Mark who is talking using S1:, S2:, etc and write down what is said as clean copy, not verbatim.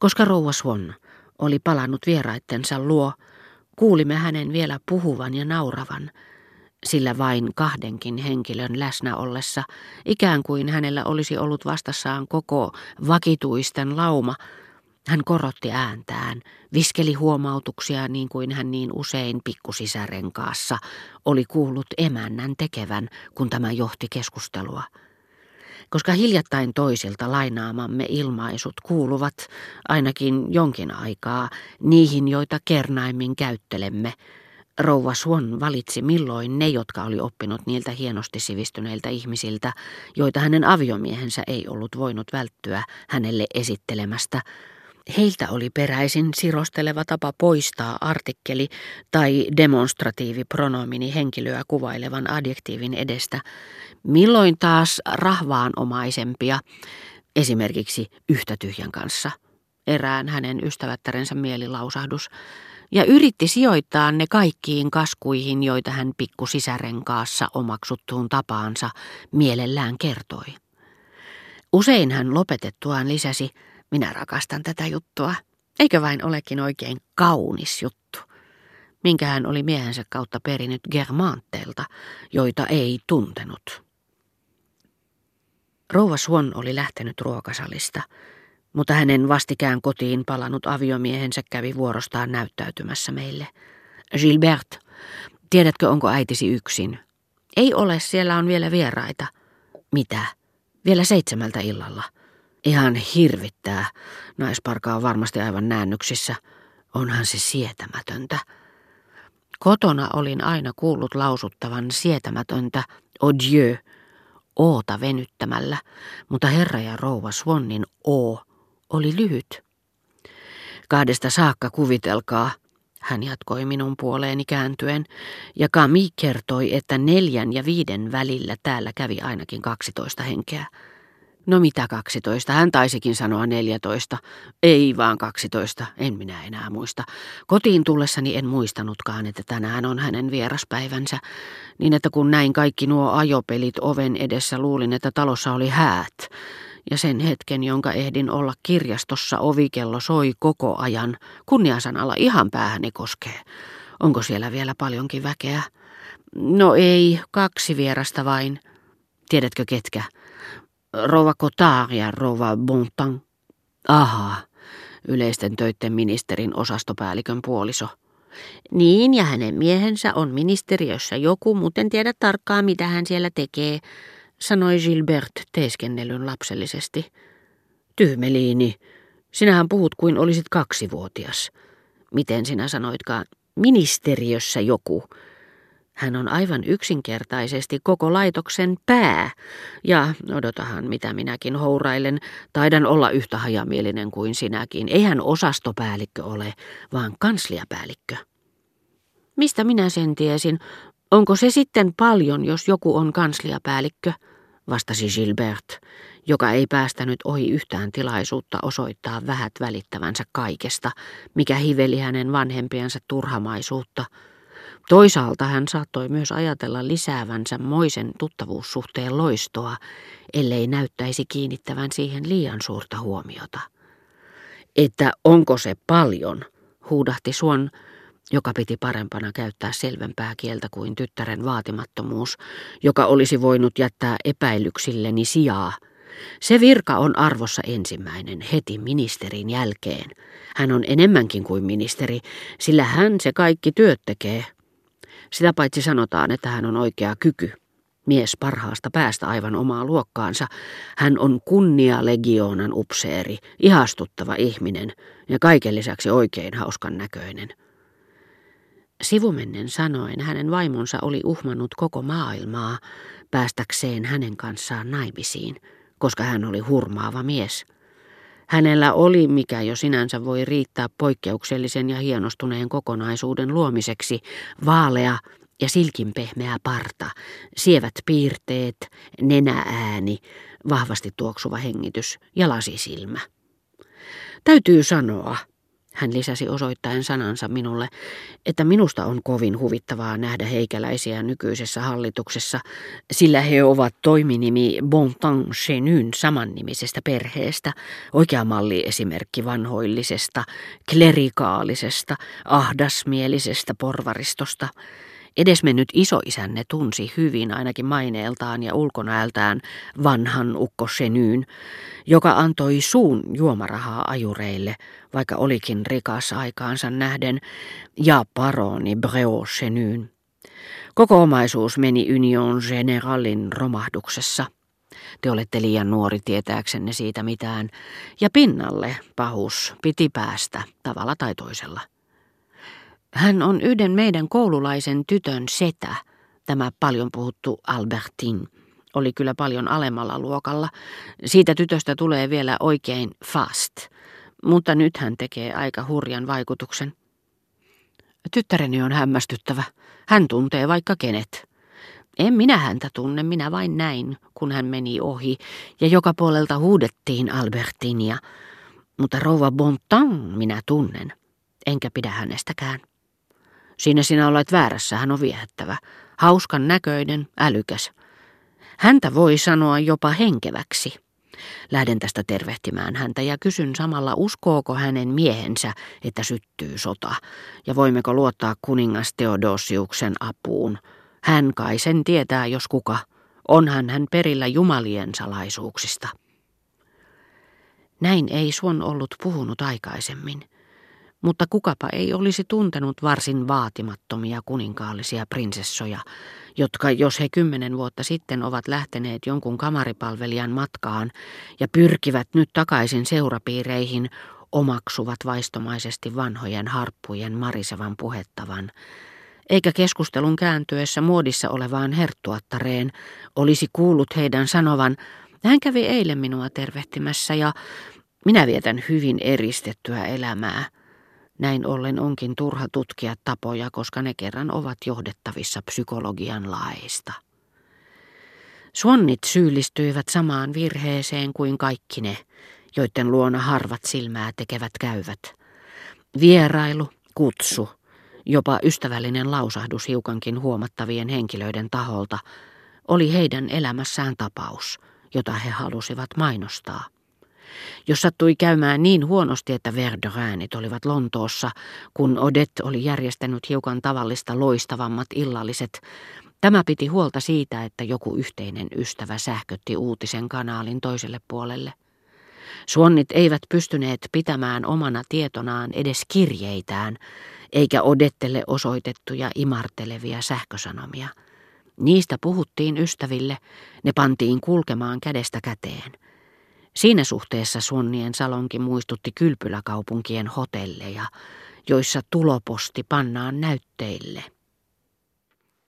S1: Koska rouva Swan oli palannut vieraittensa luo, kuulimme hänen vielä puhuvan ja nauravan, sillä vain kahdenkin henkilön läsnä ollessa, ikään kuin hänellä olisi ollut vastassaan koko vakituisten lauma, hän korotti ääntään, viskeli huomautuksia niin kuin hän niin usein pikkusisärenkaassa oli kuullut emännän tekevän, kun tämä johti keskustelua. Koska hiljattain toisilta lainaamamme ilmaisut kuuluvat ainakin jonkin aikaa niihin, joita kernaimmin käyttelemme, rouva Swan valitsi milloin ne, jotka oli oppinut niiltä hienosti sivistyneiltä ihmisiltä, joita hänen aviomiehensä ei ollut voinut välttyä hänelle esittelemästä. Heiltä oli peräisin sirosteleva tapa poistaa artikkeli tai demonstratiivipronomini henkilöä kuvailevan adjektiivin edestä, milloin taas rahvaanomaisempia, esimerkiksi yhtä tyhjän kanssa, erään hänen ystävättärensä mielilausahdus, ja yritti sijoittaa ne kaikkiin kaskuihin, joita hän pikkusisärenkaassa omaksuttuun tapaansa mielellään kertoi. Usein hän lopetettuaan lisäsi, minä rakastan tätä juttua, eikö vain olekin oikein kaunis juttu, minkä hän oli miehensä kautta perinyt Germanteilta, joita ei tuntenut. Rouva Swan oli lähtenyt ruokasalista, mutta hänen vastikään kotiin palannut aviomiehensä kävi vuorostaan näyttäytymässä meille. Gilbert, tiedätkö, onko äitisi yksin? Ei ole, siellä on vielä vieraita. Mitä? Vielä 7 illalla. Ihan hirvittää. Naisparka on varmasti aivan näännyksissä. Onhan se sietämätöntä. Kotona olin aina kuullut lausuttavan sietämätöntä adieu, oota venyttämällä, mutta herra ja rouva Swannin o oli lyhyt. 2 saakka kuvitelkaa, hän jatkoi minun puoleeni kääntyen, ja Camille kertoi, että 4 ja 5 välillä täällä kävi ainakin 12 henkeä. No mitä 12? Hän taisikin sanoa 14. Ei vaan 12, en minä enää muista. Kotiin tullessani en muistanutkaan, että tänään on hänen vieraspäivänsä, niin että kun näin kaikki nuo ajopelit oven edessä, luulin, että talossa oli häät. Ja sen hetken, jonka ehdin olla kirjastossa, ovikello soi koko ajan. Kunniasanalla ihan päähäni koskee. Onko siellä vielä paljonkin väkeä? No ei, 2 vierasta vain. Tiedätkö ketkä? Rouva Cotard ja rouva Bontemps. Ahaa, yleisten töitten ministerin osastopäällikön puoliso. Niin, ja hänen miehensä on ministeriössä joku, muuten tiedä tarkkaan mitä hän siellä tekee, sanoi Gilbert teeskennellyn lapsellisesti. Tyhmeliini, sinähän puhut kuin olisit 2-vuotias. Miten sinä sanoitkaan, ministeriössä joku? Hän on aivan yksinkertaisesti koko laitoksen pää, ja odotahan mitä minäkin hourailen, taidan olla yhtä hajamielinen kuin sinäkin. Ei hän osastopäällikkö ole, vaan kansliapäällikkö. Mistä minä sen tiesin? Onko se sitten paljon, jos joku on kansliapäällikkö? Vastasi Gilbert, joka ei päästänyt ohi yhtään tilaisuutta osoittaa vähät välittävänsä kaikesta, mikä hiveli hänen vanhempiensa turhamaisuutta. Toisaalta hän saattoi myös ajatella lisäävänsä moisen tuttavuussuhteen loistoa, ellei näyttäisi kiinnittävän siihen liian suurta huomiota. Että onko se paljon, huudahti Swan, joka piti parempana käyttää selvempää kieltä kuin tyttären vaatimattomuus, joka olisi voinut jättää epäilyksilleni sijaa. Se virka on arvossa ensimmäinen, heti ministerin jälkeen. Hän on enemmänkin kuin ministeri, sillä hän se kaikki työt tekee. Sitä paitsi sanotaan, että hän on oikea kyky. Mies parhaasta päästä aivan omaa luokkaansa. Hän on kunnialegionan upseeri, ihastuttava ihminen ja kaiken lisäksi oikein hauskan näköinen. Sivumennen sanoen hänen vaimonsa oli uhmannut koko maailmaa päästäkseen hänen kanssaan naimisiin, koska hän oli hurmaava mies. Hänellä oli, mikä jo sinänsä voi riittää poikkeuksellisen ja hienostuneen kokonaisuuden luomiseksi, vaalea ja silkinpehmeä parta, sievät piirteet, nenäääni, vahvasti tuoksuva hengitys ja lasisilmä. Täytyy sanoa, hän lisäsi osoittaen sanansa minulle, että minusta on kovin huvittavaa nähdä heikäläisiä nykyisessä hallituksessa, sillä he ovat toiminimi Bontemps Chenyn samannimisestä perheestä, oikea malliesimerkki vanhoillisesta, klerikaalisesta, ahdasmielisestä porvaristosta. Edesmennyt isoisänne tunsi hyvin ainakin maineeltaan ja ulkonäöltään vanhan ukko Chenyn, joka antoi suun juomarahaa ajureille, vaikka olikin rikas aikaansa nähden, ja paroni Bréau Chenyn. Koko omaisuus meni Union Généralin romahduksessa. Te olette liian nuori tietääksenne siitä mitään, ja pinnalle pahus piti päästä tavalla tai toisella. Hän on yhden meidän koululaisen tytön setä, tämä paljon puhuttu Albertine. Oli kyllä paljon alemmalla luokalla. Siitä tytöstä tulee vielä oikein fast, mutta nyt hän tekee aika hurjan vaikutuksen. Tyttäreni on hämmästyttävä. Hän tuntee vaikka kenet. En minä häntä tunne, minä vain näin, kun hän meni ohi, ja joka puolelta huudettiin Albertinia. Mutta rouva Bontemps minä tunnen, enkä pidä hänestäkään. Siinä sinä olet väärässä, hän on viehättävä, hauskan näköinen, älykäs. Häntä voi sanoa jopa henkeväksi. Lähden tästä tervehtimään häntä ja kysyn samalla, uskooko hänen miehensä, että syttyy sota, ja voimmeko luottaa kuningas Theodosiuksen apuun. Hän kai sen tietää, jos kuka. Onhan hän perillä jumalien salaisuuksista. Näin ei Swann ollut puhunut aikaisemmin. Mutta kukapa ei olisi tuntenut varsin vaatimattomia kuninkaallisia prinsessoja, jotka, jos he 10 vuotta sitten ovat lähteneet jonkun kamaripalvelijan matkaan ja pyrkivät nyt takaisin seurapiireihin, omaksuvat vaistomaisesti vanhojen harppujen marisevan puhettavan, eikä keskustelun kääntyessä muodissa olevaan herttuattareen olisi kuullut heidän sanovan, hän kävi eilen minua tervehtimässä ja minä vietän hyvin eristettyä elämää. Näin ollen onkin turha tutkia tapoja, koska ne kerran ovat johdettavissa psykologian laeista. Swannit syyllistyivät samaan virheeseen kuin kaikki ne, joiden luona harvat silmää tekevät käyvät. Vierailu, kutsu, jopa ystävällinen lausahdus hiukankin huomattavien henkilöiden taholta oli heidän elämässään tapaus, jota he halusivat mainostaa. Jos sattui käymään niin huonosti, että Verdurinit olivat Lontoossa, kun Odette oli järjestänyt hiukan tavallista loistavammat illalliset, tämä piti huolta siitä, että joku yhteinen ystävä sähkötti uutisen kanaalin toiselle puolelle. Swannit eivät pystyneet pitämään omana tietonaan edes kirjeitään, eikä Odettelle osoitettuja imartelevia sähkösanomia. Niistä puhuttiin ystäville, ne pantiin kulkemaan kädestä käteen. Siinä suhteessa Swannien salonki muistutti kylpyläkaupunkien hotelleja, joissa tuloposti pannaan näytteille.